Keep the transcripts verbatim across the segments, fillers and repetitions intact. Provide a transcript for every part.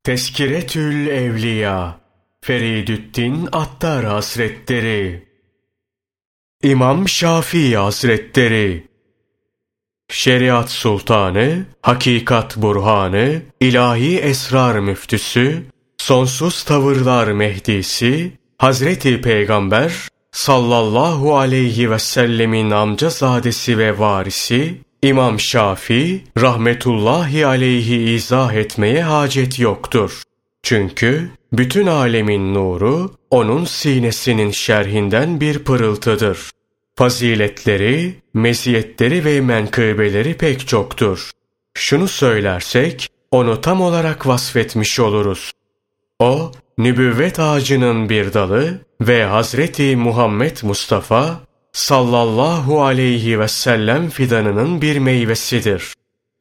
Tezkiretül Evliya Feridüddin Attar Hazretleri, İmam Şafii Hazretleri, Şeriat Sultanı, Hakikat Burhanı, İlahi Esrar Müftüsü, Sonsuz Tavırlar Mehdisi, Hazreti Peygamber sallallahu aleyhi ve sellemin amcazadesi ve varisi İmam Şafii rahmetullahi aleyhi izah etmeye hacet yoktur. Çünkü bütün alemin nuru onun sinesinin şerhinden bir pırıltıdır. Faziletleri, meziyetleri ve menkıbeleri pek çoktur. Şunu söylersek onu tam olarak vasfetmiş oluruz. O, nübüvvet ağacının bir dalı ve Hazreti Muhammed Mustafa sallallahu aleyhi ve sellem fidanının bir meyvesidir.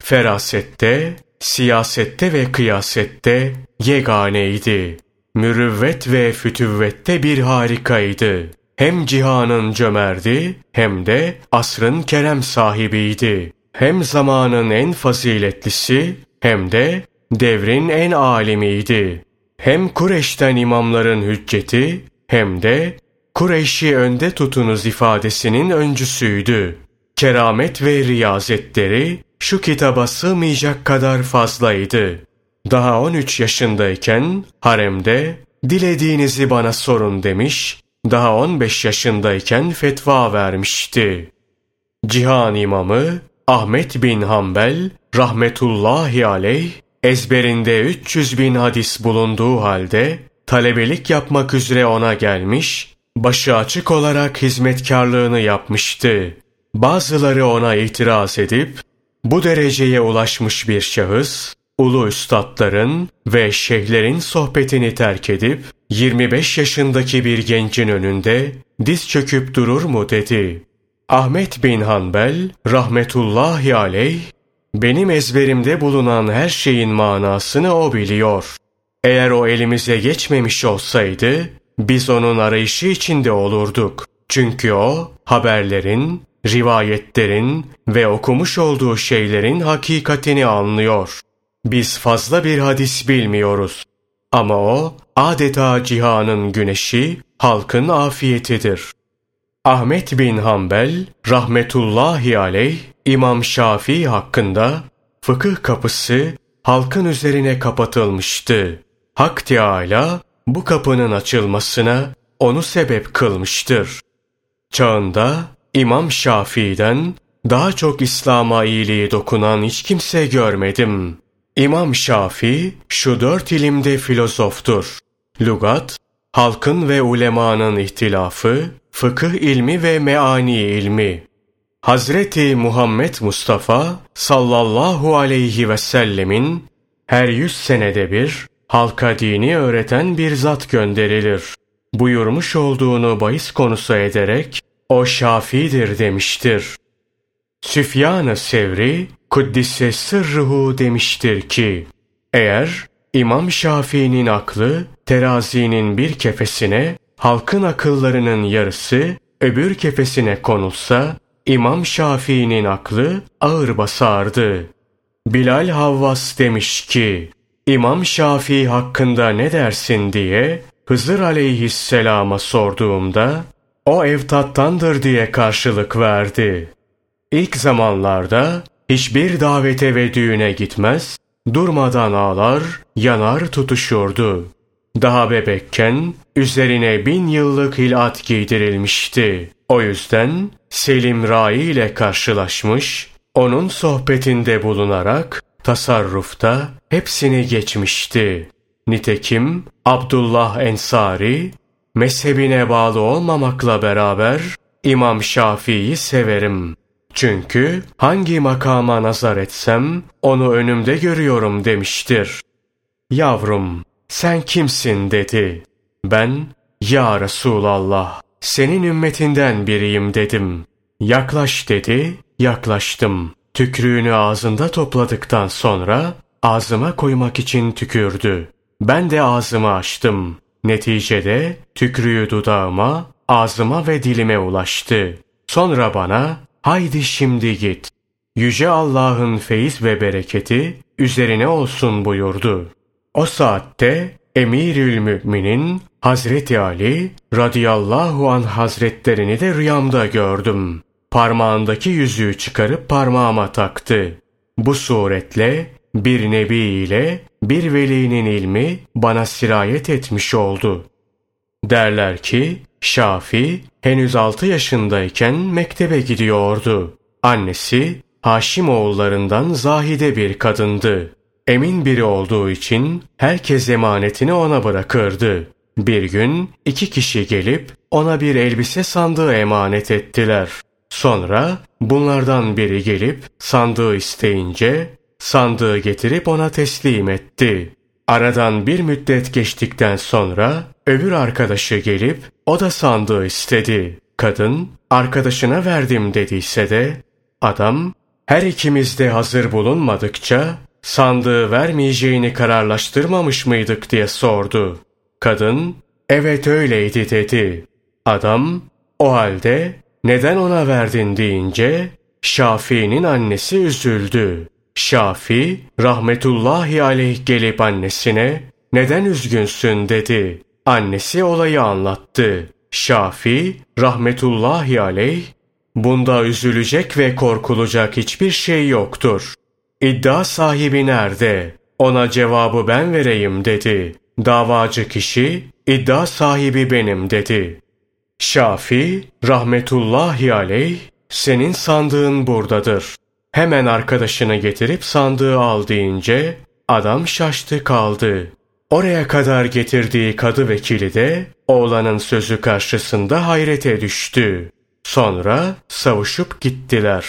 Ferasette, siyasette ve kıyasette yeganeydi. Mürüvvet ve fütüvvette bir harikaydı. Hem cihanın cömerdi, hem de asrın kerem sahibiydi. Hem zamanın en faziletlisi, hem de devrin en alimiydi. Hem Kureyş'ten imamların hücceti, hem de Kureyş'i önde tutunuz ifadesinin öncüsüydü. Keramet ve riyazetleri şu kitaba sığmayacak kadar fazlaydı. Daha on üç yaşındayken haremde dilediğinizi bana sorun demiş, daha on beş yaşındayken fetva vermişti. Cihan imamı Ahmet bin Hanbel rahmetullahi aleyh ezberinde üç yüz bin hadis bulunduğu halde talebelik yapmak üzere ona gelmiş, başı açık olarak hizmetkarlığını yapmıştı. Bazıları ona itiraz edip, bu dereceye ulaşmış bir şahıs, ulu üstadların ve şeyhlerin sohbetini terk edip, yirmi beş yaşındaki bir gencin önünde diz çöküp durur mu dedi. Ahmet bin Hanbel rahmetullahi aleyh, benim ezberimde bulunan her şeyin manasını o biliyor. Eğer o elimize geçmemiş olsaydı, biz onun arayışı içinde olurduk. Çünkü o, haberlerin, rivayetlerin ve okumuş olduğu şeylerin hakikatini anlıyor. Biz fazla bir hadis bilmiyoruz. Ama o, adeta cihanın güneşi, halkın afiyetidir. Ahmet bin Hanbel, rahmetullahi aleyh, İmam Şafii hakkında, fıkıh kapısı, halkın üzerine kapatılmıştı. Hak Teâlâ, bu kapının açılmasına onu sebep kılmıştır. Çağında İmam Şafii'den daha çok İslam'a iyiliği dokunan hiç kimse görmedim. İmam Şafii şu dört ilimde filozoftur. Lügat, halkın ve ulemanın ihtilafı, fıkıh ilmi ve meani ilmi. Hazreti Muhammed Mustafa sallallahu aleyhi ve sellemin her yüz senede bir halka dini öğreten bir zat gönderilir buyurmuş olduğunu bahis konusu ederek o Şafii'dir demiştir. Süfyan-ı Sevri Kuddise Sırruhu demiştir ki, eğer İmam Şafii'nin aklı terazinin bir kefesine, halkın akıllarının yarısı öbür kefesine konulsa, İmam Şafii'nin aklı ağır basardı. Bilal Havvas demiş ki, İmam Şafii hakkında ne dersin diye Hızır aleyhisselama sorduğumda, o evtattandır diye karşılık verdi. İlk zamanlarda hiçbir davete ve düğüne gitmez, durmadan ağlar, yanar tutuşurdu. Daha bebekken üzerine bin yıllık hilat giydirilmişti. O yüzden Selim Rai ile karşılaşmış, onun sohbetinde bulunarak tasarrufta hepsini geçmişti. Nitekim Abdullah Ensari, mezhebine bağlı olmamakla beraber İmam Şafii'yi severim. Çünkü hangi makama nazar etsem onu önümde görüyorum demiştir. Yavrum, sen kimsin dedi. Ben, ya Resulallah, senin ümmetinden biriyim dedim. Yaklaş dedi, yaklaştım. Tükrüğünü ağzında topladıktan sonra ağzıma koymak için tükürdü. Ben de ağzımı açtım. Neticede tükrüğü dudağıma, ağzıma ve dilime ulaştı. Sonra bana, haydi şimdi git. Yüce Allah'ın feyiz ve bereketi üzerine olsun buyurdu. O saatte Emirül Müminin Hazreti Ali radıyallahu anh hazretlerini de rüyamda gördüm. Parmağındaki yüzüğü çıkarıp parmağıma taktı. Bu suretle bir nebi ile bir velinin ilmi bana sirayet etmiş oldu. Derler ki Şafii henüz altı yaşındayken mektebe gidiyordu. Annesi Haşimoğullarından zahide bir kadındı. Emin biri olduğu için herkes emanetini ona bırakırdı. Bir gün iki kişi gelip ona bir elbise sandığı emanet ettiler. Sonra bunlardan biri gelip sandığı isteyince sandığı getirip ona teslim etti. Aradan bir müddet geçtikten sonra öbür arkadaşı gelip o da sandığı istedi. Kadın arkadaşına verdim dediyse de adam her ikimiz de hazır bulunmadıkça sandığı vermeyeceğini kararlaştırmamış mıydık diye sordu. Kadın evet öyleydi dedi. Adam o halde neden ona verdin deyince Şafii'nin annesi üzüldü. Şafii rahmetullahi aleyh gelip annesine neden üzgünsün dedi. Annesi olayı anlattı. Şafii rahmetullahi aleyh bunda üzülecek ve korkulacak hiçbir şey yoktur. İddia sahibi nerede? Ona cevabı ben vereyim dedi. Davacı kişi iddia sahibi benim dedi. Şafii rahmetullahi aleyh senin sandığın buradadır. Hemen arkadaşını getirip sandığı al deyince adam şaştı kaldı. Oraya kadar getirdiği kadı vekili de oğlanın sözü karşısında hayrete düştü. Sonra savuşup gittiler.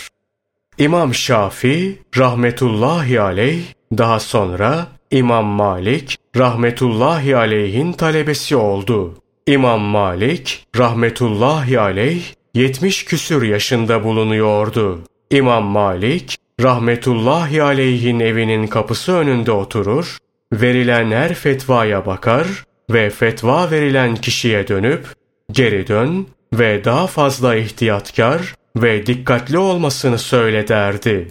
İmam Şafii rahmetullahi aleyh daha sonra İmam Malik rahmetullahi aleyhin talebesi oldu. İmam Malik rahmetullahi aleyh yetmiş küsür yaşında bulunuyordu. İmam Malik rahmetullahi aleyhin evinin kapısı önünde oturur, verilen her fetvaya bakar ve fetva verilen kişiye dönüp geri dön ve daha fazla ihtiyatkar ve dikkatli olmasını söyle derdi.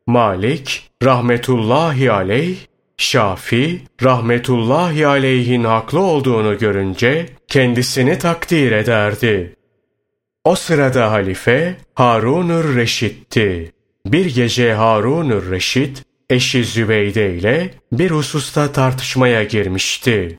Malik rahmetullahi aleyh, Şafii rahmetullahi aleyhin haklı olduğunu görünce kendisini takdir ederdi. O sırada halife Harun-ür Reşid'ti. Bir gece Harun-ür Reşid eşi Zübeyde ile bir hususta tartışmaya girmişti.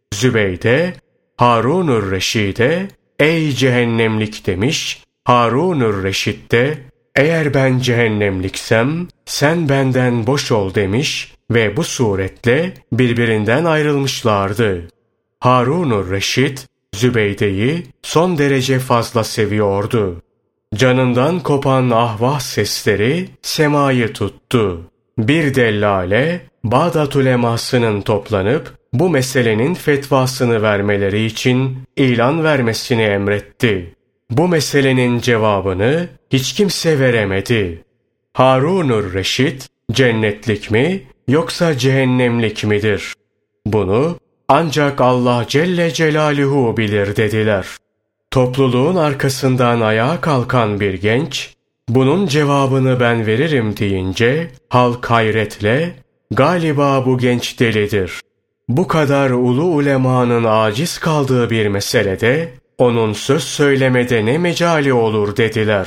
Zübeyde Harun-ür Reşid'e ey cehennemlik demiş. Harun-ür Reşid de eğer ben cehennemliksem sen benden boş ol demiş ve bu suretle birbirinden ayrılmışlardı. Harun-ür Reşid Zübeyde'yi son derece fazla seviyordu. Canından kopan ahvah sesleri semayı tuttu. Bir dellale Bağdat ulemasının toplanıp bu meselenin fetvasını vermeleri için ilan vermesini emretti. Bu meselenin cevabını hiç kimse veremedi. Harun-ür Reşid cennetlik mi yoksa cehennemlik midir? Bunu ancak Allah Celle Celaluhu bilir dediler. Topluluğun arkasından ayağa kalkan bir genç, bunun cevabını ben veririm deyince halk hayretle, galiba bu genç delidir. Bu kadar ulu ulemanın aciz kaldığı bir meselede, onun söz söylemede ne mecali olur dediler.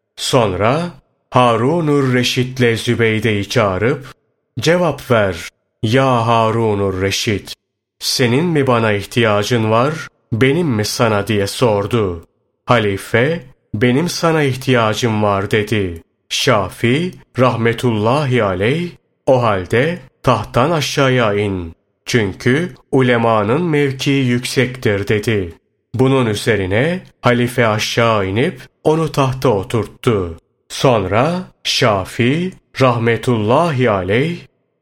Sonra Harun-ür Reşid'le Zübeyde'yi çağırıp, cevap ver, ya Harun-ür Reşid, senin mi bana ihtiyacın var, benim mi sana diye sordu. Halife, benim sana ihtiyacım var dedi. Şafii rahmetullahi aleyh, o halde tahttan aşağıya in. Çünkü ulemanın mevkii yüksektir dedi. Bunun üzerine halife aşağı inip onu tahta oturttu. Sonra Şafii rahmetullahi aleyh,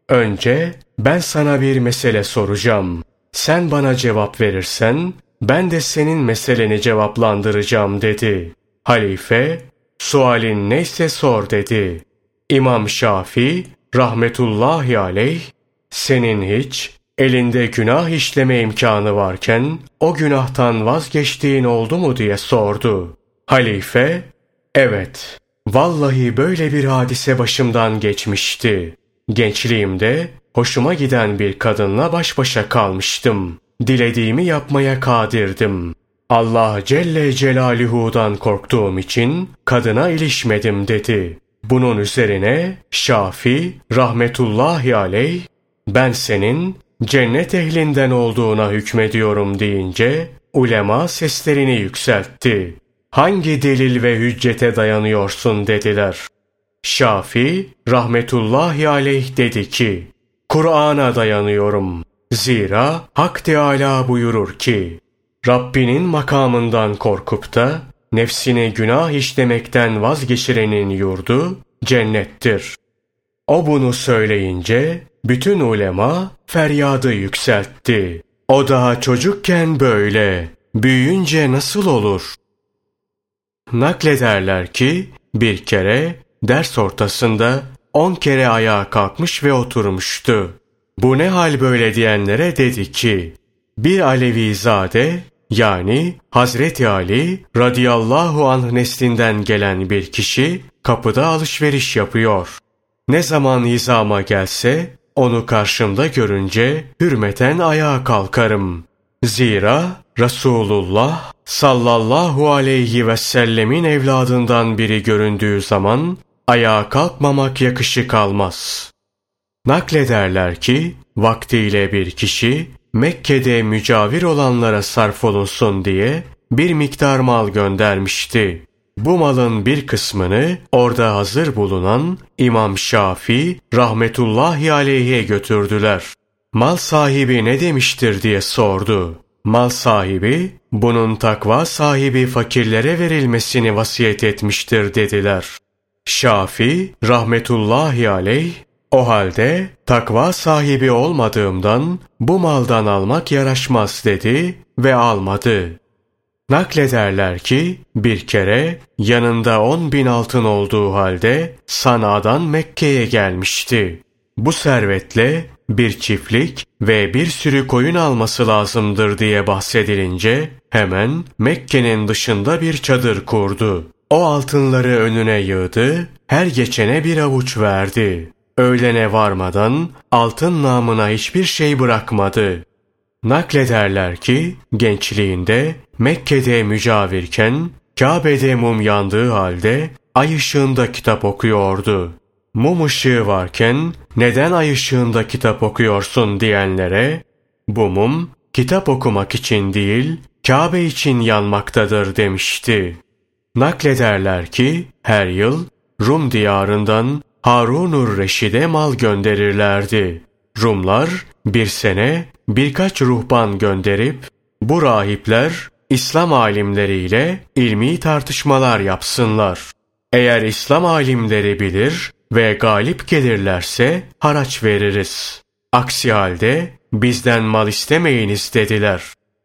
önce ben sana bir mesele soracağım. Sen bana cevap verirsen ben de senin meseleni cevaplandıracağım dedi. Halife, sualin neyse sor dedi. İmam Şafii rahmetullahi aleyh, senin hiç elinde günah işleme imkanı varken o günahtan vazgeçtiğin oldu mu diye sordu. Halife, evet, vallahi böyle bir hadise başımdan geçmişti. Gençliğimde hoşuma giden bir kadınla baş başa kalmıştım. Dilediğimi yapmaya kadirdim. Allah Celle Celaluhu'dan korktuğum için kadına ilişmedim dedi. Bunun üzerine Şafii rahmetullahi aleyh, ben senin cennet ehlinden olduğuna hükmediyorum deyince ulema seslerini yükseltti. Hangi delil ve hüccete dayanıyorsun dediler. Şafii rahmetullahi aleyh dedi ki, Kur'an'a dayanıyorum. Zira Hak Teâlâ buyurur ki, Rabbinin makamından korkup da nefsini günah işlemekten vazgeçirenin yurdu cennettir. O bunu söyleyince bütün ulema feryadı yükseltti. O daha çocukken böyle, büyüyünce nasıl olur? Naklederler ki bir kere ders ortasında on kere ayağa kalkmış ve oturmuştu. Bu ne hal böyle diyenlere dedi ki, bir Alevizade yani Hazreti Ali radıyallahu anh neslinden gelen bir kişi kapıda alışveriş yapıyor. Ne zaman hizama gelse onu karşımda görünce hürmeten ayağa kalkarım. Zira Resulullah sallallahu aleyhi ve sellemin evladından biri göründüğü zaman ayağa kalkmamak yakışık almaz. Naklederler ki vaktiyle bir kişi Mekke'de mücavir olanlara sarf olunsun diye bir miktar mal göndermişti. Bu malın bir kısmını orada hazır bulunan İmam Şafii rahmetullahi aleyhe götürdüler. Mal sahibi ne demiştir diye sordu. Mal sahibi bunun takva sahibi fakirlere verilmesini vasiyet etmiştir dediler. Şafii rahmetullahi aleyh, o halde takva sahibi olmadığımdan bu maldan almak yaraşmaz dedi ve almadı. Naklederler ki bir kere yanında on bin altın olduğu halde Sana'dan Mekke'ye gelmişti. Bu servetle bir çiftlik ve bir sürü koyun alması lazımdır diye bahsedilince hemen Mekke'nin dışında bir çadır kurdu. O altınları önüne yığdı, her geçene bir avuç verdi. Öğlene varmadan altın namına hiçbir şey bırakmadı. Naklederler ki gençliğinde Mekke'de mücavirken Kabe'de mum yandığı halde ay ışığında kitap okuyordu. Mum ışığı varken neden ay ışığında kitap okuyorsun diyenlere, bu mum kitap okumak için değil Kabe için yanmaktadır demişti. Naklederler ki her yıl Rum diyarından Harun-ur Reşid'e mal gönderirlerdi. Rumlar bir sene birkaç ruhban gönderip bu rahipler İslam alimleriyle ilmi tartışmalar yapsınlar. Eğer İslam alimleri bilir ve galip gelirlerse haraç veririz. Aksi halde bizden mal istemeyiniz dediler.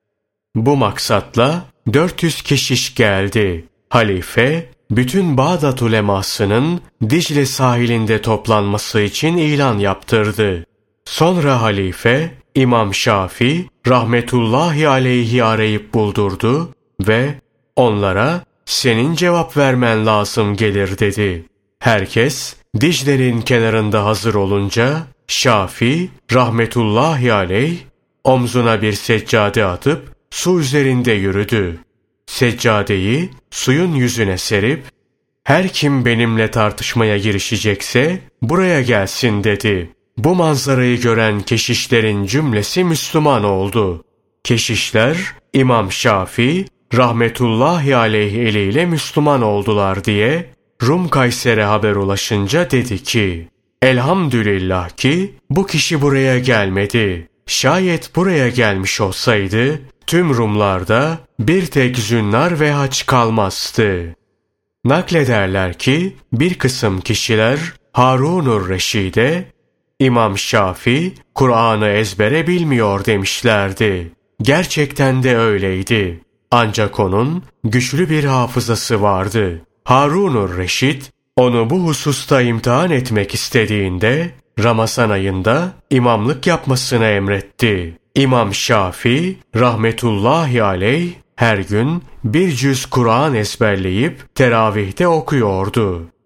Bu maksatla dört yüz keşiş geldi. Halife bütün Bağdat ulemasının Dicle sahilinde toplanması için ilan yaptırdı. Sonra halife İmam Şafii rahmetullahi aleyhi arayıp buldurdu ve onlara senin cevap vermen lazım gelir dedi. Herkes Dicle'nin kenarında hazır olunca Şafii rahmetullahi aleyh omzuna bir seccade atıp su üzerinde yürüdü. Seccadeyi suyun yüzüne serip her kim benimle tartışmaya girişecekse buraya gelsin dedi. Bu manzarayı gören keşişlerin cümlesi Müslüman oldu. Keşişler İmam Şafii rahmetullahi aleyh eliyle Müslüman oldular diye Rum Kayser'e haber ulaşınca dedi ki, elhamdülillah ki bu kişi buraya gelmedi. Şayet buraya gelmiş olsaydı tüm Rumlarda bir tek zünnar ve haç kalmazdı. Naklederler ki bir kısım kişiler Harun-ur Reşid'e İmam Şafii Kur'an'ı ezbere bilmiyor demişlerdi. Gerçekten de öyleydi. Ancak onun güçlü bir hafızası vardı. Harun-ur Reşid onu bu hususta imtihan etmek istediğinde Ramazan ayında imamlık yapmasını emretti. İmam Şafii rahmetullahi aleyh her gün bir cüz Kur'an ezberleyip teravihte okuyordu.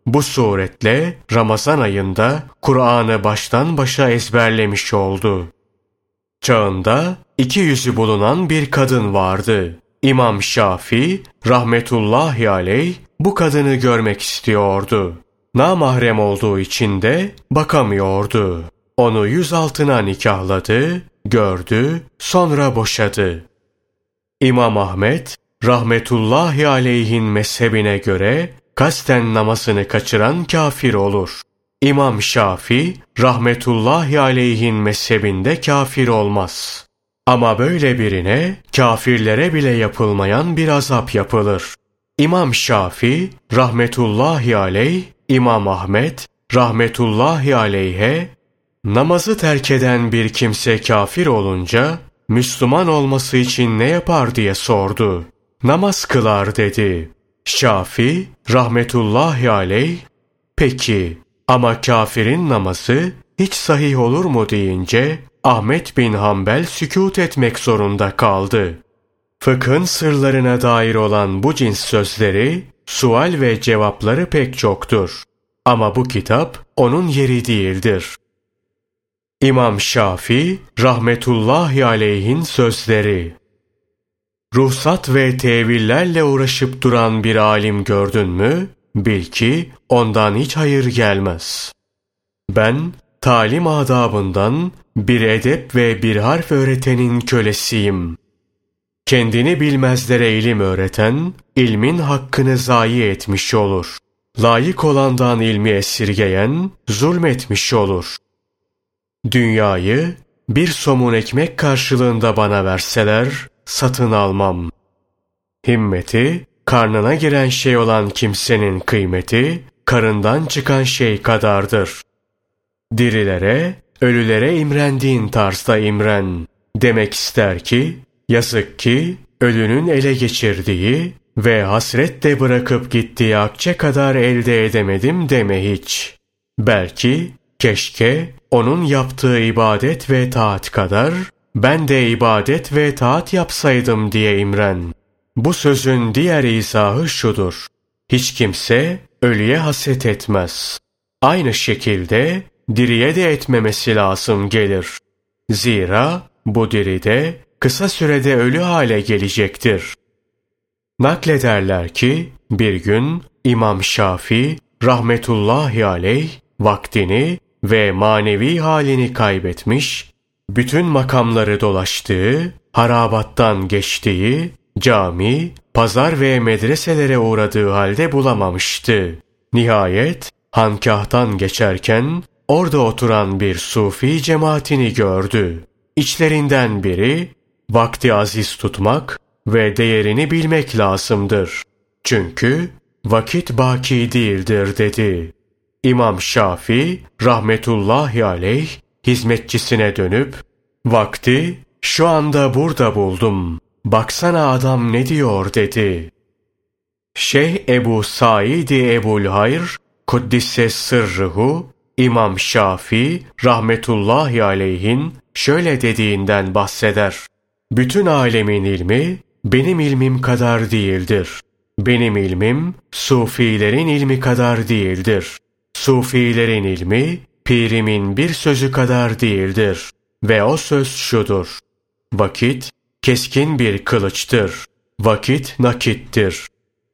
Bu suretle Ramazan ayında Kur'an'ı baştan başa ezberlemiş oldu. Çağında iki yüzü bulunan bir kadın vardı. İmam Şafii rahmetullahi aleyh bu kadını görmek istiyordu. Namahrem olduğu için de bakamıyordu. Onu yüz altına nikahladı, gördü, sonra boşadı. İmam Ahmet rahmetullahi aleyhin mezhebine göre kasten namazını kaçıran kafir olur. İmam Şafii rahmetullahi aleyhin mezhebinde kafir olmaz. Ama böyle birine kafirlere bile yapılmayan bir azap yapılır. İmam Şafii rahmetullahi aleyh, İmam Ahmet rahmetullahi aleyhe, namazı terk eden bir kimse kafir olunca Müslüman olması için ne yapar diye sordu. Namaz kılar dedi. Şafii rahmetullahi aleyh, peki ama kafirin namazı hiç sahih olur mu deyince Ahmet bin Hanbel sükût etmek zorunda kaldı. Fıkhın sırlarına dair olan bu cins sözleri, sual ve cevapları pek çoktur. Ama bu kitap onun yeri değildir. İmam Şafii rahmetullahi aleyhin sözleri. Ruhsat ve tevillerle uğraşıp duran bir alim gördün mü? Bil ki ondan hiç hayır gelmez. Ben talim adabından bir edep ve bir harf öğretenin kölesiyim. Kendini bilmezlere ilim öğreten, ilmin hakkını zayi etmiş olur. Layık olandan ilmi esirgeyen, zulmetmiş olur. Dünyayı bir somun ekmek karşılığında bana verseler, satın almam. Himmeti, karnına giren şey olan kimsenin kıymeti, karından çıkan şey kadardır. Dirilere, ölülere imrendiğin tarzda imren. Demek ister ki, yazık ki, ölünün ele geçirdiği ve hasretle bırakıp gittiği akçe kadar elde edemedim deme hiç. Belki, keşke onun yaptığı ibadet ve taat kadar, ben de ibadet ve taat yapsaydım diye imren. Bu sözün diğer izahı şudur. Hiç kimse ölüye haset etmez. Aynı şekilde diriye de etmemesi lazım gelir. Zira bu diri de kısa sürede ölü hale gelecektir. Naklederler ki bir gün İmam Şafii rahmetullahi aleyh vaktini ve manevi halini kaybetmiş, bütün makamları dolaştığı, harabattan geçtiği, cami, pazar ve medreselere uğradığı halde bulamamıştı. Nihayet hankâhtan geçerken orada oturan bir sufi cemaatini gördü. İçlerinden biri, vakti aziz tutmak ve değerini bilmek lazımdır. Çünkü vakit baki değildir dedi. İmam Şafii rahmetullahi aleyh hizmetçisine dönüp, vakti şu anda burada buldum. Baksana adam ne diyor dedi. Şeyh Ebu Said-i Ebu'l-Hayr Kuddisse sırrıhu İmam Şafii rahmetullahi aleyhin şöyle dediğinden bahseder. Bütün alemin ilmi benim ilmim kadar değildir. Benim ilmim sufilerin ilmi kadar değildir. Sufilerin ilmi pirimin bir sözü kadar değildir. Ve o söz şudur. Vakit keskin bir kılıçtır. Vakit nakittir.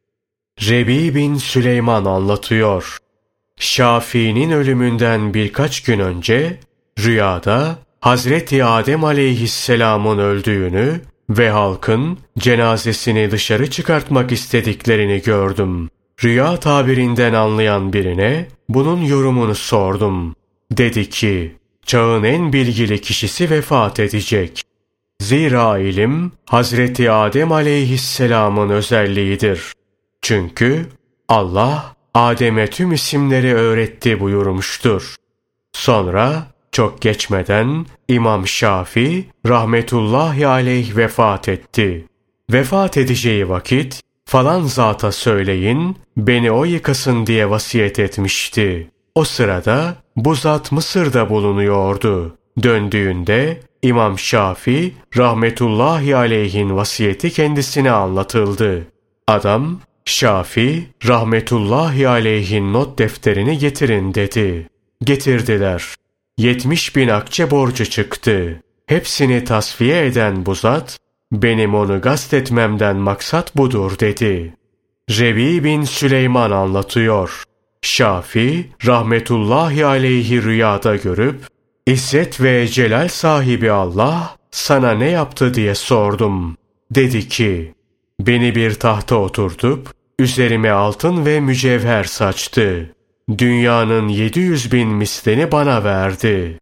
Rebi bin Süleyman anlatıyor. Şafii'nin ölümünden birkaç gün önce rüyada Hazreti Adem aleyhisselamın öldüğünü ve halkın cenazesini dışarı çıkartmak istediklerini gördüm. Rüya tabirinden anlayan birine bunun yorumunu sordum. Dedi ki, çağın en bilgili kişisi vefat edecek. Zira ilim Hazreti Adem aleyhisselamın özelliğidir. Çünkü Allah Adem'e tüm isimleri öğretti buyurmuştur. Sonra çok geçmeden İmam Şafii rahmetullahi aleyh vefat etti. Vefat edeceği vakit falan zata söyleyin beni o yıkasın diye vasiyet etmişti. O sırada bu zat Mısır'da bulunuyordu. Döndüğünde İmam Şafii rahmetullahi aleyhin vasiyeti kendisine anlatıldı. Adam Şafii rahmetullahi aleyhin not defterini getirin dedi. Getirdiler. Yetmiş bin akçe borcu çıktı. Hepsini tasfiye eden bu zat, benim onu gasp etmemden maksat budur dedi. Rebi bin Süleyman anlatıyor. Şafii rahmetullahi aleyhi rüyada görüp, İzzet ve celal sahibi Allah sana ne yaptı diye sordum. Dedi ki, beni bir tahta oturtup, üzerime altın ve mücevher saçtı. Dünyanın yedi yüz bin mislini bana verdi.